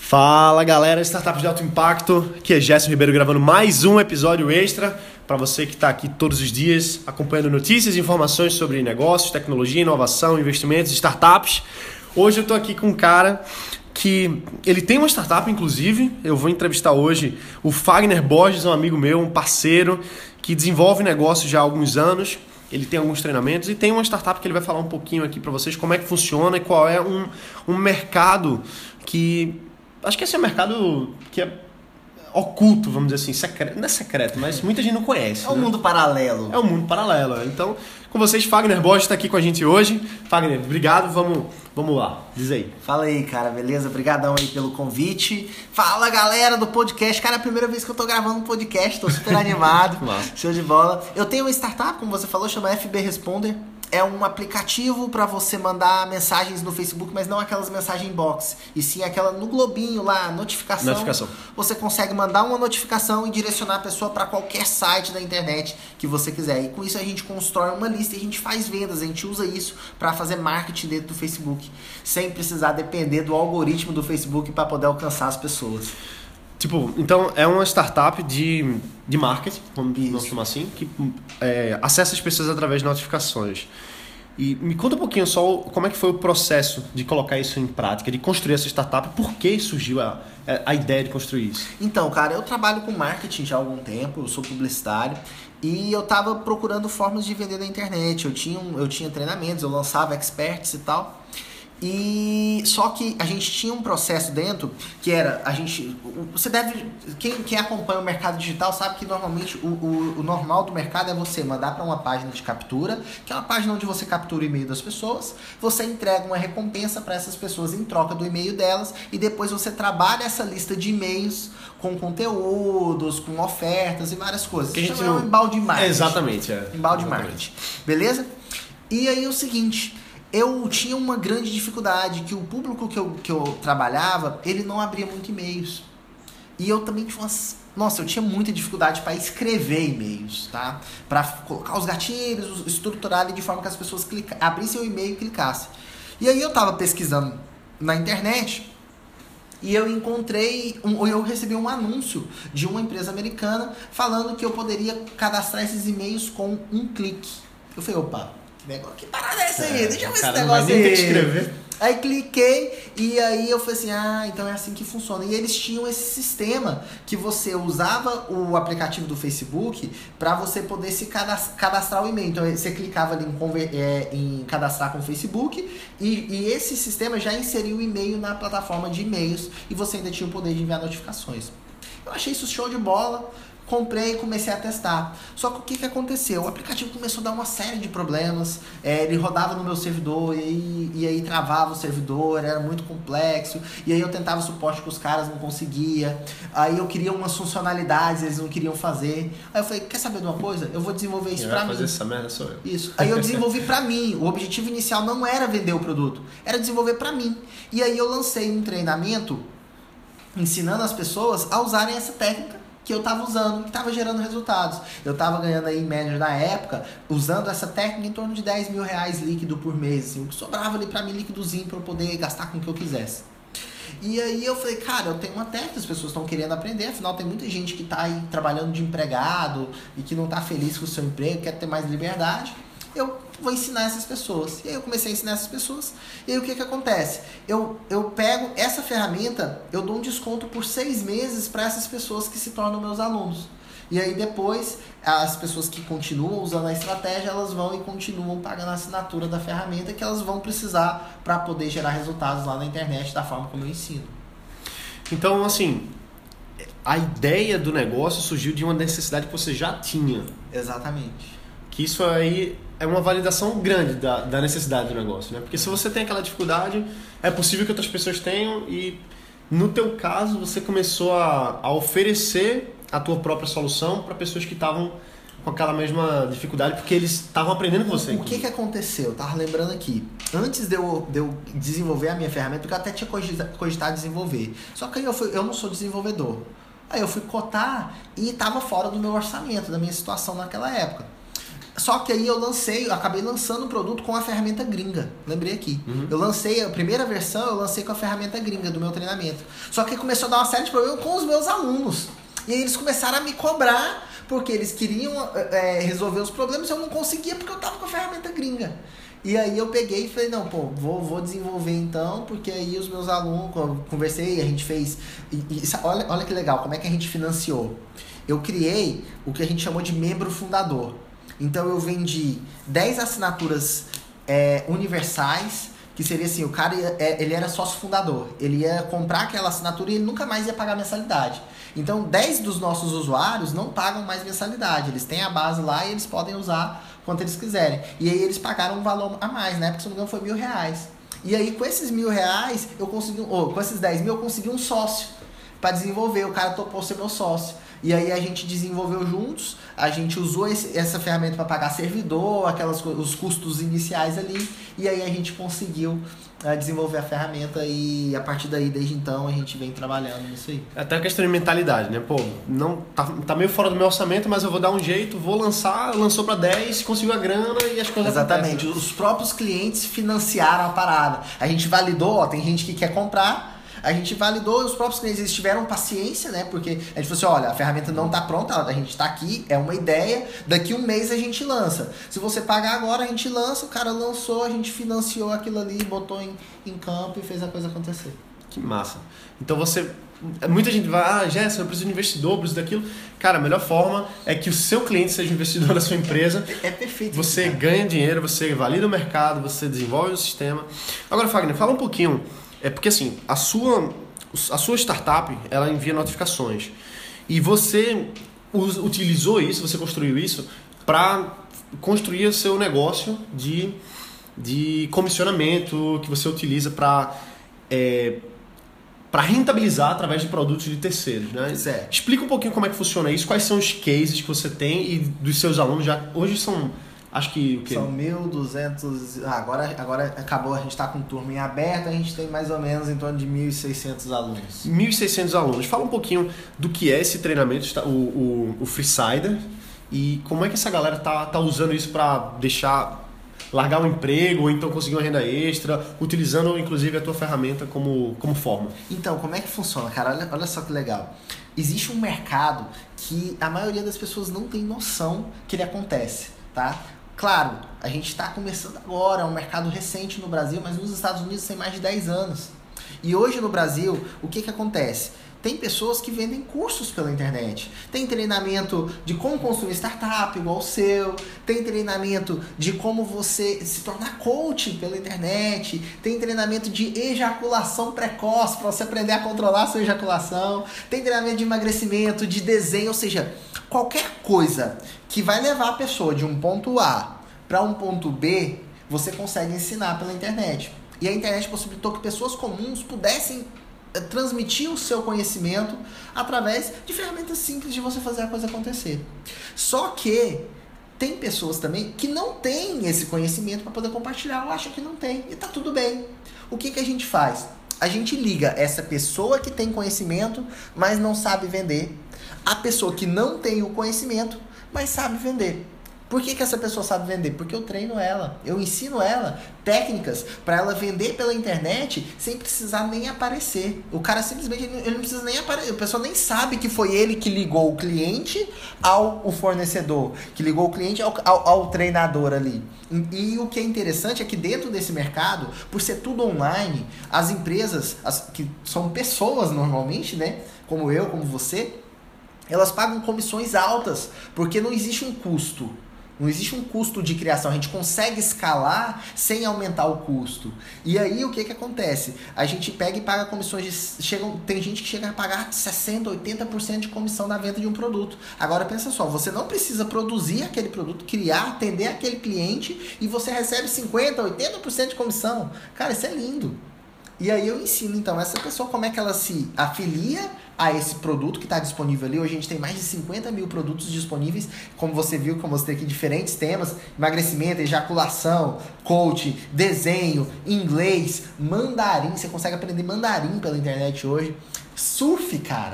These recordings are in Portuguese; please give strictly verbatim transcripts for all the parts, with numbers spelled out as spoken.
Fala galera, Startups de Alto Impacto, aqui é Gerson Ribeiro gravando mais um episódio extra para você que está aqui todos os dias acompanhando notícias e informações sobre negócios, tecnologia, inovação, investimentos, startups. Hoje eu estou aqui com um cara que ele tem uma startup, inclusive, eu vou entrevistar hoje o Fagner Borges, um amigo meu, um parceiro que desenvolve negócios já há alguns anos. Ele tem alguns treinamentos e tem uma startup que ele vai falar um pouquinho aqui para vocês como é que funciona e qual é um, um mercado que... Acho que esse é um mercado que é oculto, vamos dizer assim, secreto. Não é secreto, mas muita gente não conhece. É um né? mundo paralelo. É um mundo paralelo. Então, com vocês, Fagner Borges está aqui com a gente hoje. Fagner, obrigado. Vamos, vamos lá. Diz aí. Fala aí, cara. Beleza? Obrigadão aí pelo convite. Fala, galera do podcast. Cara, é a primeira vez que eu tô gravando um podcast. Tô super animado. Show de bola. Eu tenho uma startup, como você falou, chama F B Responder. É um aplicativo para você mandar mensagens no Facebook, mas não aquelas mensagens box, e sim aquela no globinho lá, notificação. Notificação. Você consegue mandar uma notificação e direcionar a pessoa para qualquer site da internet que você quiser. E com isso a gente constrói uma lista e a gente faz vendas. A gente usa isso para fazer marketing dentro do Facebook, sem precisar depender do algoritmo do Facebook para poder alcançar as pessoas. Tipo, então é uma startup de, de marketing, vamos chamar assim, que é, acessa as pessoas através de notificações. E me conta um pouquinho só como é que foi o processo de colocar isso em prática, de construir essa startup, por que surgiu a, a ideia de construir isso? Então, cara, eu trabalho com marketing já há algum tempo, eu sou publicitário, e eu tava procurando formas de vender na internet. Eu tinha, um, eu tinha treinamentos, eu lançava experts e tal. E só que a gente tinha um processo dentro que era, a gente, você deve, quem, quem acompanha o mercado digital sabe que normalmente o, o, o normal do mercado é você mandar para uma página de captura, que é uma página onde você captura o e-mail das pessoas, você entrega uma recompensa para essas pessoas em troca do e-mail delas e depois você trabalha essa lista de e-mails com conteúdos, com ofertas e várias coisas. Que a gente é não... um embalde marketing. Exatamente, é. Embalde Exatamente. marketing. Beleza? E aí é o seguinte... Eu tinha uma grande dificuldade, que o público que eu, que eu trabalhava, ele não abria muito e-mails. E eu também tinha umas... Nossa, eu tinha muita dificuldade para escrever e-mails, tá? Para colocar os gatilhos, estruturar ali de forma que as pessoas clica... abrissem o e-mail e clicassem. E aí eu tava pesquisando na internet e eu encontrei, um, eu recebi um anúncio de uma empresa americana falando que eu poderia cadastrar esses e-mails com um clique. Eu falei, opa... Que parada é essa aí? É, Deixa eu ver cara, esse negócio não vai nem aí. ter que escrever. Aí cliquei e aí eu falei assim, ah, então é assim que funciona. E eles tinham esse sistema que você usava o aplicativo do Facebook para você poder se cadastrar o e-mail. Então você clicava ali em, conver- é, em cadastrar com o Facebook e, e esse sistema já inseriu o e-mail na plataforma de e-mails e você ainda tinha o poder de enviar notificações. Eu achei isso show de bola. Comprei e comecei a testar. Só que o que, que aconteceu? O aplicativo começou a dar uma série de problemas. É, ele rodava no meu servidor e aí, e aí travava o servidor, era muito complexo. E aí eu tentava suporte com os caras, não conseguia. Aí eu queria umas funcionalidades, eles não queriam fazer. Aí eu falei, quer saber de uma coisa? Eu vou desenvolver isso Quem pra vai mim. fazer essa merda sou eu. Isso. Aí eu desenvolvi pra mim. O objetivo inicial não era vender o produto, era desenvolver pra mim. E aí eu lancei um treinamento ensinando as pessoas a usarem essa técnica que eu estava usando, que estava gerando resultados. Eu estava ganhando aí, em média, na época, usando essa técnica em torno de dez mil reais líquido por mês, assim, o que sobrava ali para mim líquidozinho para eu poder gastar com o que eu quisesse. E aí eu falei, cara, eu tenho uma técnica, as pessoas estão querendo aprender, afinal tem muita gente que está aí trabalhando de empregado e que não está feliz com o seu emprego, quer ter mais liberdade. Eu vou ensinar essas pessoas. E aí eu comecei a ensinar essas pessoas. E aí o que que acontece? Eu, eu pego essa ferramenta, eu dou um desconto por seis meses para essas pessoas que se tornam meus alunos. E aí depois, as pessoas que continuam usando a estratégia, elas vão e continuam pagando a assinatura da ferramenta que elas vão precisar para poder gerar resultados lá na internet da forma como eu ensino. Então, assim, a ideia do negócio surgiu de uma necessidade que você já tinha. Exatamente. Que isso aí é uma validação grande da, da necessidade do negócio, né? Porque se você tem aquela dificuldade, é possível que outras pessoas tenham e, no teu caso, você começou a, a oferecer a tua própria solução para pessoas que estavam com aquela mesma dificuldade, porque eles estavam aprendendo com você. O que que aconteceu? Eu tava lembrando aqui. Antes de eu, de eu desenvolver a minha ferramenta, porque eu até tinha cogitado, cogitado desenvolver. Só que aí eu, fui, eu não sou desenvolvedor. Aí eu fui cotar e tava fora do meu orçamento, da minha situação naquela época. Só que aí eu lancei, eu acabei lançando o produto com a ferramenta gringa. Lembrei aqui. Uhum. Eu lancei, a primeira versão eu lancei com a ferramenta gringa do meu treinamento. Só que começou a dar uma série de problemas com os meus alunos. E aí eles começaram a me cobrar, porque eles queriam é, resolver os problemas e eu não conseguia porque eu tava com a ferramenta gringa. E aí eu peguei e falei, não, pô, vou, vou desenvolver então, porque aí os meus alunos, conversei, a gente fez... E, e, olha, olha que legal, como é que a gente financiou? Eu criei o que a gente chamou de membro fundador. Então eu vendi dez assinaturas é, universais, que seria assim, o cara ia, é, ele era sócio fundador. Ele ia comprar aquela assinatura e ele nunca mais ia pagar mensalidade. Então dez dos nossos usuários não pagam mais mensalidade. Eles têm a base lá e eles podem usar quanto eles quiserem. E aí eles pagaram um valor a mais, né? Porque se não me engano foi mil reais. E aí com esses mil reais, eu consegui, ou com esses dez mil eu consegui um sócio para desenvolver. O cara topou ser meu sócio. E aí a gente desenvolveu juntos, a gente usou esse, essa ferramenta para pagar servidor, aquelas, os custos iniciais ali, e aí a gente conseguiu uh, desenvolver a ferramenta e a partir daí, desde então, a gente vem trabalhando nisso aí. Até a questão de mentalidade, né? Pô, não, tá, tá meio fora do meu orçamento, mas eu vou dar um jeito, vou lançar, lançou para dez, conseguiu a grana e as coisas Exatamente, acontecem. Os próprios clientes financiaram a parada. A gente validou, ó, tem gente que quer comprar, a gente validou, os próprios clientes eles tiveram paciência, né? Porque a gente falou assim, olha, a ferramenta não está pronta, a gente está aqui, é uma ideia, daqui um mês a gente lança. Se você pagar agora, a gente lança, o cara lançou, a gente financiou aquilo ali, botou em, em campo e fez a coisa acontecer. Que massa. Então você... Muita gente vai, ah, Gerson, eu preciso de investidor, eu preciso daquilo. Cara, a melhor forma é que o seu cliente seja investidor da sua empresa. É, é perfeito. Você cara. ganha dinheiro, você valida o mercado, você desenvolve o sistema. Agora, Fagner, fala um pouquinho... É porque assim, a sua, a sua startup, ela envia notificações. E você utilizou isso, você construiu isso para construir o seu negócio de, de comissionamento que você utiliza para é, para rentabilizar através de produtos de terceiros, né? Certo. Explica um pouquinho como é que funciona isso, quais são os cases que você tem e dos seus alunos. Já hoje são... Acho que o quê? São mil e duzentos... Ah, agora, agora acabou, a gente está com turma em aberto, a gente tem mais ou menos em torno de mil e seiscentos alunos. mil e seiscentos alunos. Fala um pouquinho do que é esse treinamento, o, o, o Freesider, e como é que essa galera tá, tá usando isso para deixar... largar um emprego ou então conseguir uma renda extra, utilizando inclusive a tua ferramenta como, como forma. Então, como é que funciona, cara? Olha, olha só que legal. Existe um mercado que a maioria das pessoas não tem noção que ele acontece, tá? Claro, a gente está começando agora, é um mercado recente no Brasil, mas nos Estados Unidos tem mais de dez anos. E hoje no Brasil, o que que acontece? Tem pessoas que vendem cursos pela internet. Tem treinamento de como construir startup igual o seu. Tem treinamento de como você se tornar coach pela internet. Tem treinamento de ejaculação precoce para você aprender a controlar a sua ejaculação. Tem treinamento de emagrecimento, de desenho, ou seja, qualquer coisa que vai levar a pessoa de um ponto A para um ponto B, você consegue ensinar pela internet. E a internet possibilitou que pessoas comuns pudessem transmitir o seu conhecimento através de ferramentas simples de você fazer a coisa acontecer. Só que tem pessoas também que não têm esse conhecimento para poder compartilhar, ou acham que não tem, e tá tudo bem. O que que a gente faz? A gente liga essa pessoa que tem conhecimento, mas não sabe vender, a pessoa que não tem o conhecimento, mas sabe vender. Por que que essa pessoa sabe vender? Porque eu treino ela, eu ensino ela técnicas para ela vender pela internet sem precisar nem aparecer. O cara simplesmente, ele não precisa nem aparecer, a pessoa nem sabe que foi ele que ligou o cliente ao o fornecedor, que ligou o cliente ao, ao, ao treinador ali. E, e o que é interessante é que dentro desse mercado, por ser tudo online, as empresas, as, que são pessoas normalmente, né, como eu, como você, elas pagam comissões altas, porque não existe um custo. Não existe um custo de criação, a gente consegue escalar sem aumentar o custo. E aí o que que acontece? A gente pega e paga comissões de... Chegam, tem gente que chega a pagar sessenta por cento, oitenta por cento de comissão na venda de um produto. Agora pensa só, você não precisa produzir aquele produto, criar, atender aquele cliente e você recebe cinquenta por cento, oitenta por cento de comissão. Cara, isso é lindo. E aí eu ensino então essa pessoa como é que ela se afilia a esse produto que está disponível ali. Hoje a gente tem mais de cinquenta mil produtos disponíveis, como você viu, como você tem aqui diferentes temas: emagrecimento, ejaculação, coach, desenho, inglês, mandarim. Você consegue aprender mandarim pela internet hoje. Surf, cara.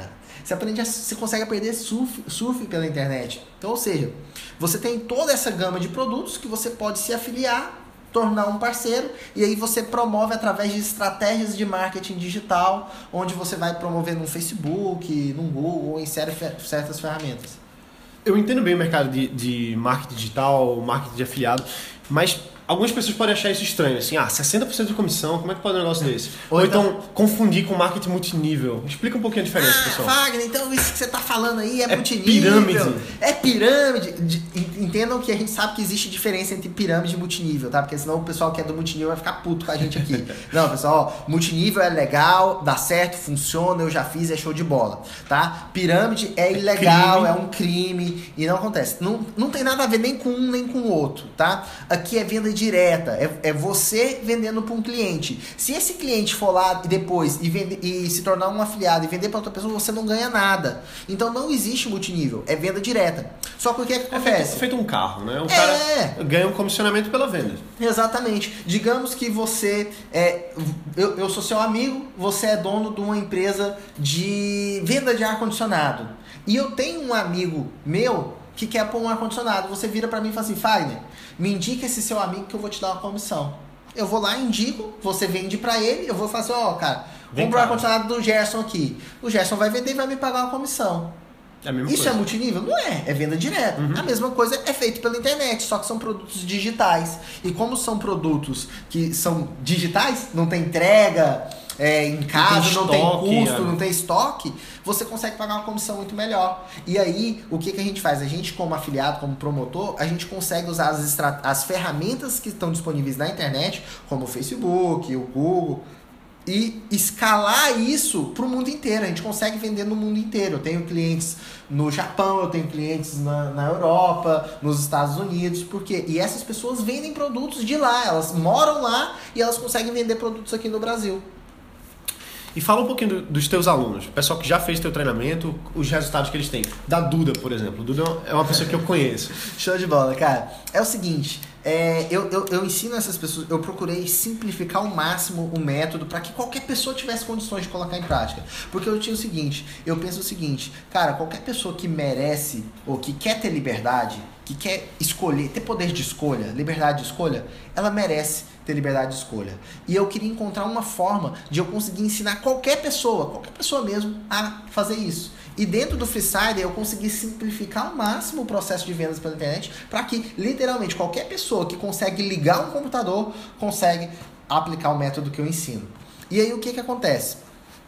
Você aprende a, você consegue aprender surf, surf pela internet. Então, ou seja, você tem toda essa gama de produtos que você pode se afiliar, tornar um parceiro, e aí você promove através de estratégias de marketing digital, onde você vai promover no Facebook, no Google ou em certas ferramentas. Eu entendo bem o mercado de, de marketing digital, marketing de afiliado, mas algumas pessoas podem achar isso estranho, assim, ah, sessenta por cento de comissão, como é que pode um negócio desse? Ou, Ou então, então confundir com marketing multinível. Explica um pouquinho a diferença, ah, pessoal. Wagner, então isso que você está falando aí é, é multinível. Pirâmide. É pirâmide. De, entendam que a gente sabe que existe diferença entre pirâmide e multinível, tá? Porque senão o pessoal que é do multinível vai ficar puto com a gente aqui. Não, pessoal, ó, multinível é legal, dá certo, funciona, eu já fiz, é show de bola, tá? Pirâmide é ilegal, crime. É um crime e não acontece. Não, não tem nada a ver nem com um nem com o outro, tá? Aqui é venda direta, é, é você vendendo para um cliente. Se esse cliente for lá e depois e, vende, e se tornar um afiliado e vender para outra pessoa, você não ganha nada. Então não existe multinível, é venda direta. Só que o que, é que acontece? É feito, feito um carro, né? O é. cara ganha um comissionamento pela venda. Exatamente. Digamos que você é, eu, eu sou seu amigo, você é dono de uma empresa de venda de ar-condicionado. E eu tenho um amigo meu que quer pôr um ar-condicionado. Você vira para mim e fala assim, Fagner, me indica esse seu amigo que eu vou te dar uma comissão. Eu vou lá, indico, você vende para ele, eu vou falar assim, ó, oh, cara, compra o ar-condicionado do Gerson aqui. O Gerson vai vender e vai me pagar uma comissão. É a mesma Isso coisa. É multinível? Não é, é venda direta. Uhum. A mesma coisa é feito pela internet, só que são produtos digitais. E como são produtos que são digitais, não tem entrega é, em casa, não tem, não tem custo, é. não tem estoque, você consegue pagar uma comissão muito melhor. E aí, o que, que a gente faz? A gente, como afiliado, como promotor, a gente consegue usar as, estra... as ferramentas que estão disponíveis na internet, como o Facebook, o Google, e escalar isso para o mundo inteiro. A gente consegue vender no mundo inteiro. Eu tenho clientes no Japão, eu tenho clientes na, na Europa, nos Estados Unidos, porque e essas pessoas vendem produtos de lá, elas moram lá e elas conseguem vender produtos aqui no Brasil. E fala um pouquinho do, dos teus alunos, o pessoal que já fez teu treinamento, os resultados que eles têm. Da Duda, por exemplo. Duda é uma pessoa que eu conheço. Show de bola, cara. É o seguinte, é, eu, eu, eu ensino essas pessoas, eu procurei simplificar ao máximo o método para que qualquer pessoa tivesse condições de colocar em prática. Porque eu tinha o seguinte, eu penso o seguinte, cara, qualquer pessoa que merece ou que quer ter liberdade, que quer escolher, ter poder de escolha, liberdade de escolha, ela merece ter liberdade de escolha. E eu queria encontrar uma forma de eu conseguir ensinar qualquer pessoa, qualquer pessoa mesmo, a fazer isso. E dentro do Freesider eu consegui simplificar ao máximo o processo de vendas pela internet para que, literalmente, qualquer pessoa que consegue ligar um computador consegue aplicar o método que eu ensino. E aí o que que acontece?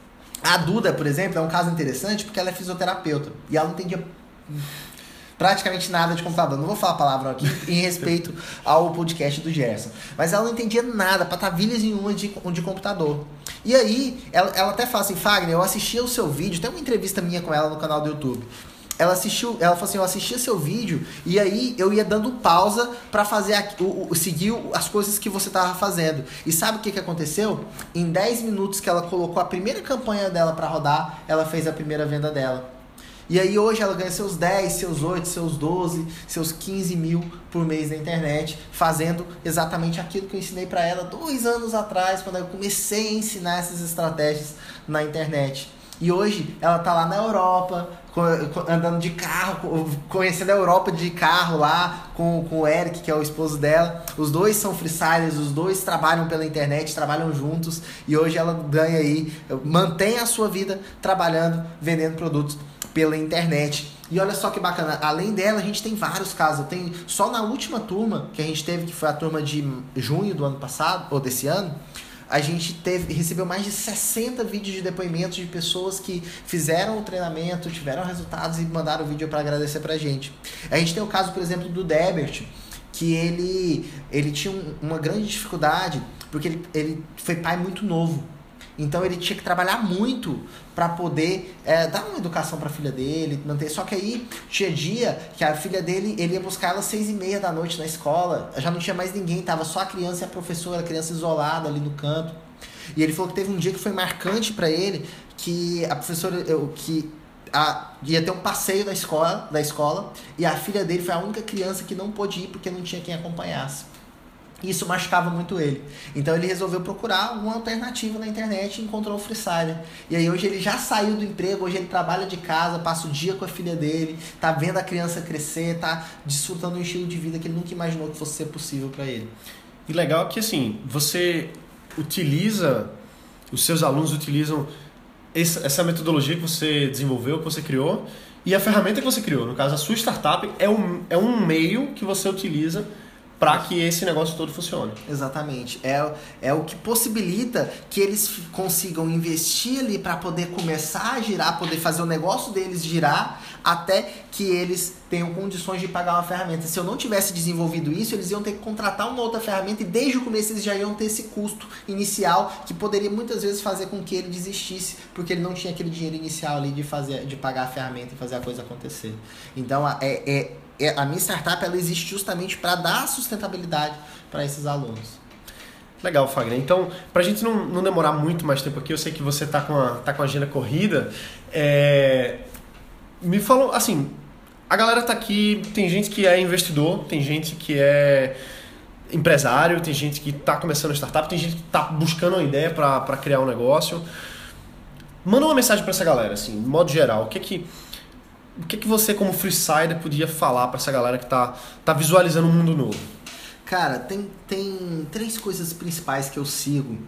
A Duda, por exemplo, é um caso interessante porque ela é fisioterapeuta e ela não entendia praticamente nada de computador. Não vou falar a palavra aqui em respeito ao podcast do Gerson. Mas ela não entendia nada, patavilhas nenhuma de, de computador. E aí, ela, ela até fala assim, Fagner, eu assistia o seu vídeo, tem uma entrevista minha com ela no canal do YouTube. Ela assistiu, ela falou assim, eu assistia seu vídeo e aí eu ia dando pausa pra fazer aqui, o, o, seguir as coisas que você tava fazendo. E sabe o que que aconteceu? Em dez minutos que ela colocou a primeira campanha dela pra rodar, ela fez a primeira venda dela. E aí hoje ela ganha seus dez, seus oito, seus doze, seus quinze mil por mês na internet, fazendo exatamente aquilo que eu ensinei para ela dois anos atrás, quando eu comecei a ensinar essas estratégias na internet. E hoje ela tá lá na Europa, andando de carro, conhecendo a Europa de carro lá, com, com o Eric, que é o esposo dela. Os dois são freesiders, os dois trabalham pela internet, trabalham juntos. E hoje ela ganha aí, mantém a sua vida trabalhando, vendendo produtos pela internet. E olha só que bacana, além dela a gente tem vários casos. Eu tenho, só na última turma que a gente teve, que foi a turma de junho do ano passado, ou desse ano, a gente teve, recebeu mais de sessenta vídeos de depoimentos de pessoas que fizeram o treinamento, tiveram resultados e mandaram o vídeo para agradecer pra gente. A gente tem o caso, por exemplo, do Debert, que ele, ele tinha um, uma grande dificuldade, porque ele, ele foi pai muito novo. Então ele tinha que trabalhar muito para poder é, dar uma educação para a filha dele, manter. Só que aí tinha dia que a filha dele, ele ia buscar ela às seis e meia da noite na escola, já não tinha mais ninguém, tava só a criança e a professora, a criança isolada ali no canto. E ele falou que teve um dia que foi marcante para ele, que a professora, que a, ia ter um passeio da escola, da escola, e a filha dele foi a única criança que não pôde ir porque não tinha quem acompanhasse. Isso machucava muito ele. Então ele resolveu procurar uma alternativa na internet e encontrou o Freesider. E aí hoje ele já saiu do emprego, hoje ele trabalha de casa, passa o dia com a filha dele, tá vendo a criança crescer, tá desfrutando um estilo de vida que ele nunca imaginou que fosse ser possível para ele. E legal que assim, você utiliza, os seus alunos utilizam essa metodologia que você desenvolveu, que você criou, e a ferramenta que você criou. No caso, a sua startup é um, é um meio que você utiliza para que esse negócio todo funcione. Exatamente. É, é o que possibilita que eles consigam investir ali para poder começar a girar, poder fazer o negócio deles girar, até que eles tenham condições de pagar uma ferramenta. Se eu não tivesse desenvolvido isso, eles iam ter que contratar uma outra ferramenta e desde o começo eles já iam ter esse custo inicial que poderia muitas vezes fazer com que ele desistisse, porque ele não tinha aquele dinheiro inicial ali de, fazer, de pagar a ferramenta e fazer a coisa acontecer. Então, é... é a minha startup ela existe justamente para dar sustentabilidade para esses alunos. Legal, Fagner. Então, para a gente não, não demorar muito mais tempo aqui, eu sei que você está com, a, tá com a agenda corrida. É... Me falou, assim, a galera tá aqui, tem gente que é investidor, tem gente que é empresário, tem gente que está começando a startup, tem gente que está buscando uma ideia para criar um negócio. Manda uma mensagem para essa galera, assim, de modo geral. O que é que... O que, que você, como Freesider, podia falar para essa galera que está tá visualizando um mundo novo? Cara, tem, tem três coisas principais que eu sigo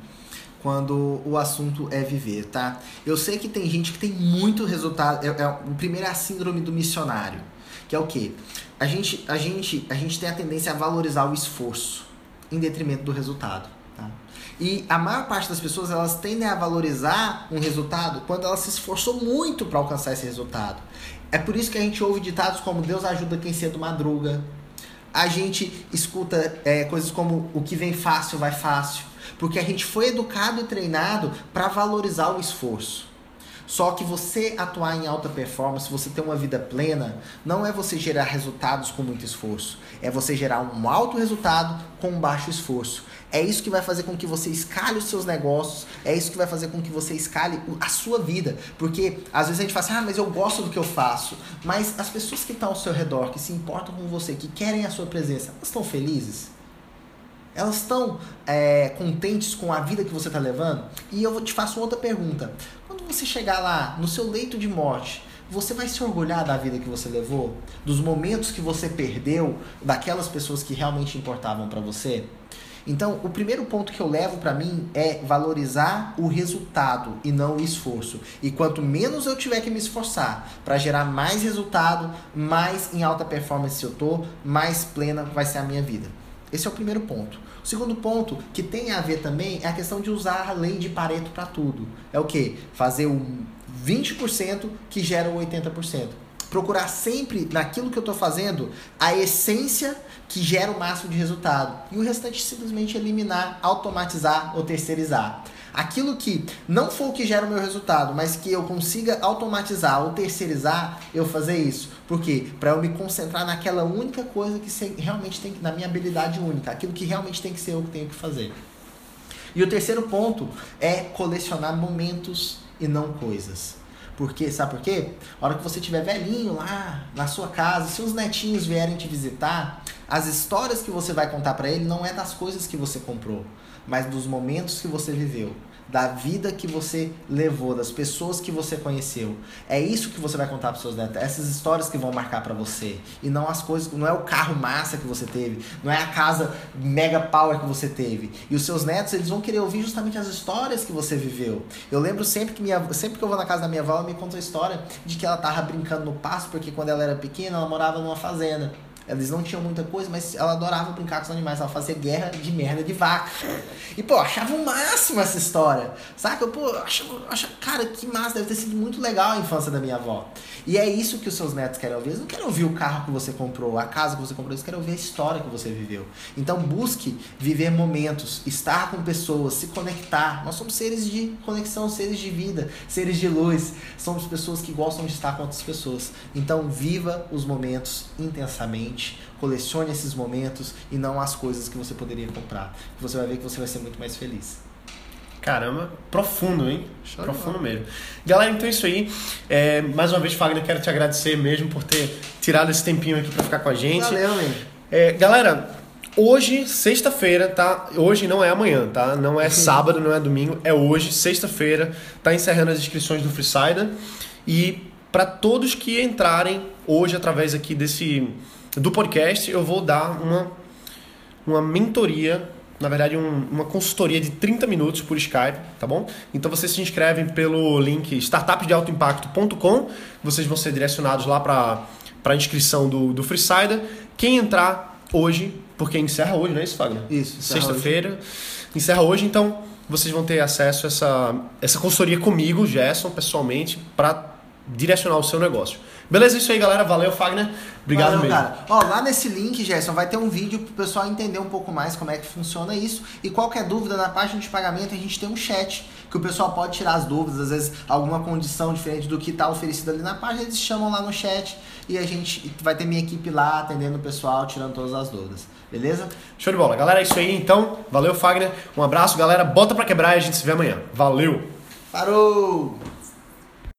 quando o assunto é viver, tá? Eu sei que tem gente que tem muito resultado. É, é, o primeiro é a síndrome do missionário, que é o quê? A gente, a, gente, a gente tem a tendência a valorizar o esforço em detrimento do resultado, tá? E a maior parte das pessoas, elas tendem a valorizar um resultado quando ela se esforçou muito para alcançar esse resultado. É por isso que a gente ouve ditados como Deus ajuda quem cedo madruga. A gente escuta é, coisas como o que vem fácil vai fácil. Porque a gente foi educado e treinado para valorizar o esforço. Só que você atuar em alta performance, você ter uma vida plena, não é você gerar resultados com muito esforço. É você gerar um alto resultado com um baixo esforço. É isso que vai fazer com que você escale os seus negócios, é isso que vai fazer com que você escale a sua vida. Porque às vezes a gente fala assim, ah, mas eu gosto do que eu faço. Mas as pessoas que estão ao seu redor, que se importam com você, que querem a sua presença, elas estão felizes? Elas estão é, contentes com a vida que você está levando? E eu te faço outra pergunta. Quando você chegar lá, no seu leito de morte, você vai se orgulhar da vida que você levou? Dos momentos que você perdeu, daquelas pessoas que realmente importavam para você? Então, o primeiro ponto que eu levo para mim é valorizar o resultado e não o esforço. E quanto menos eu tiver que me esforçar para gerar mais resultado, mais em alta performance eu tô, mais plena vai ser a minha vida. Esse é o primeiro ponto. O segundo ponto, que tem a ver também, é a questão de usar a lei de Pareto para tudo. É o quê? Fazer o vinte por cento que gera o oitenta por cento. Procurar sempre, naquilo que eu estou fazendo, a essência que gera o máximo de resultado. E o restante simplesmente eliminar, automatizar ou terceirizar. Aquilo que não for o que gera o meu resultado, mas que eu consiga automatizar ou terceirizar, eu fazer isso. Por quê? Para eu me concentrar naquela única coisa que realmente tem, na minha habilidade única. Aquilo que realmente tem que ser eu que tenho que fazer. E o terceiro ponto é colecionar momentos e não coisas. Porque, sabe por quê? A hora que você estiver velhinho lá na sua casa, se os netinhos vierem te visitar, as histórias que você vai contar para ele não é das coisas que você comprou, mas dos momentos que você viveu, da vida que você levou, das pessoas que você conheceu. É isso que você vai contar para seus netos, essas histórias que vão marcar para você, e não as coisas, não é o carro massa que você teve, não é a casa mega power que você teve. E os seus netos, eles vão querer ouvir justamente as histórias que você viveu. Eu lembro sempre que minha, sempre que eu vou na casa da minha avó, ela me conta a história de que ela tava brincando no pasto, porque quando ela era pequena, ela morava numa fazenda. Eles não tinham muita coisa, mas ela adorava brincar com os animais. Ela fazia guerra de merda de vaca. E, pô, achava o máximo essa história. Saca? Pô, achava, achava, cara, que massa. Deve ter sido muito legal a infância da minha avó. E é isso que os seus netos querem ouvir. Eles não querem ouvir o carro que você comprou, a casa que você comprou. Eles querem ouvir a história que você viveu. Então, busque viver momentos, estar com pessoas, se conectar. Nós somos seres de conexão, seres de vida, seres de luz. Somos pessoas que gostam de estar com outras pessoas. Então, viva os momentos intensamente. Colecione esses momentos e não as coisas que você poderia comprar. Você vai ver que você vai ser muito mais feliz. Caramba, profundo, hein? Show profundo mesmo. Galera, então é isso aí. É, mais uma vez, Fagner, quero te agradecer mesmo por ter tirado esse tempinho aqui para ficar com a gente. Valeu, hein? É, galera, Hoje, sexta-feira, tá? Hoje não é amanhã, tá? Não é sábado, não é domingo, é hoje, sexta-feira. Tá encerrando as inscrições do Freesider. E para todos que entrarem hoje através aqui desse do podcast, eu vou dar uma, uma mentoria, na verdade um, uma consultoria de trinta minutos por Skype, tá bom? Então vocês se inscrevem pelo link startups de alto impacto ponto com, vocês vão ser direcionados lá para a inscrição do, do Freesider. Quem entrar hoje, porque encerra hoje, não é isso, Fagner? Isso, sexta-feira. Encerra hoje, então vocês vão ter acesso a essa, essa consultoria comigo, Gerson, pessoalmente, para direcionar o seu negócio. Beleza? Isso aí, galera. Valeu, Fagner. Obrigado Valeu, mesmo. cara. Ó, lá nesse link, Gerson, vai ter um vídeo pro pessoal entender um pouco mais como é que funciona isso. E qualquer dúvida, na página de pagamento, a gente tem um chat que o pessoal pode tirar as dúvidas, às vezes alguma condição diferente do que está oferecido ali na página, eles chamam lá no chat e a gente vai ter minha equipe lá atendendo o pessoal, tirando todas as dúvidas. Beleza? Show de bola. Galera, é isso aí, então. Valeu, Fagner. Um abraço, galera. Bota pra quebrar e a gente se vê amanhã. Valeu! Parou!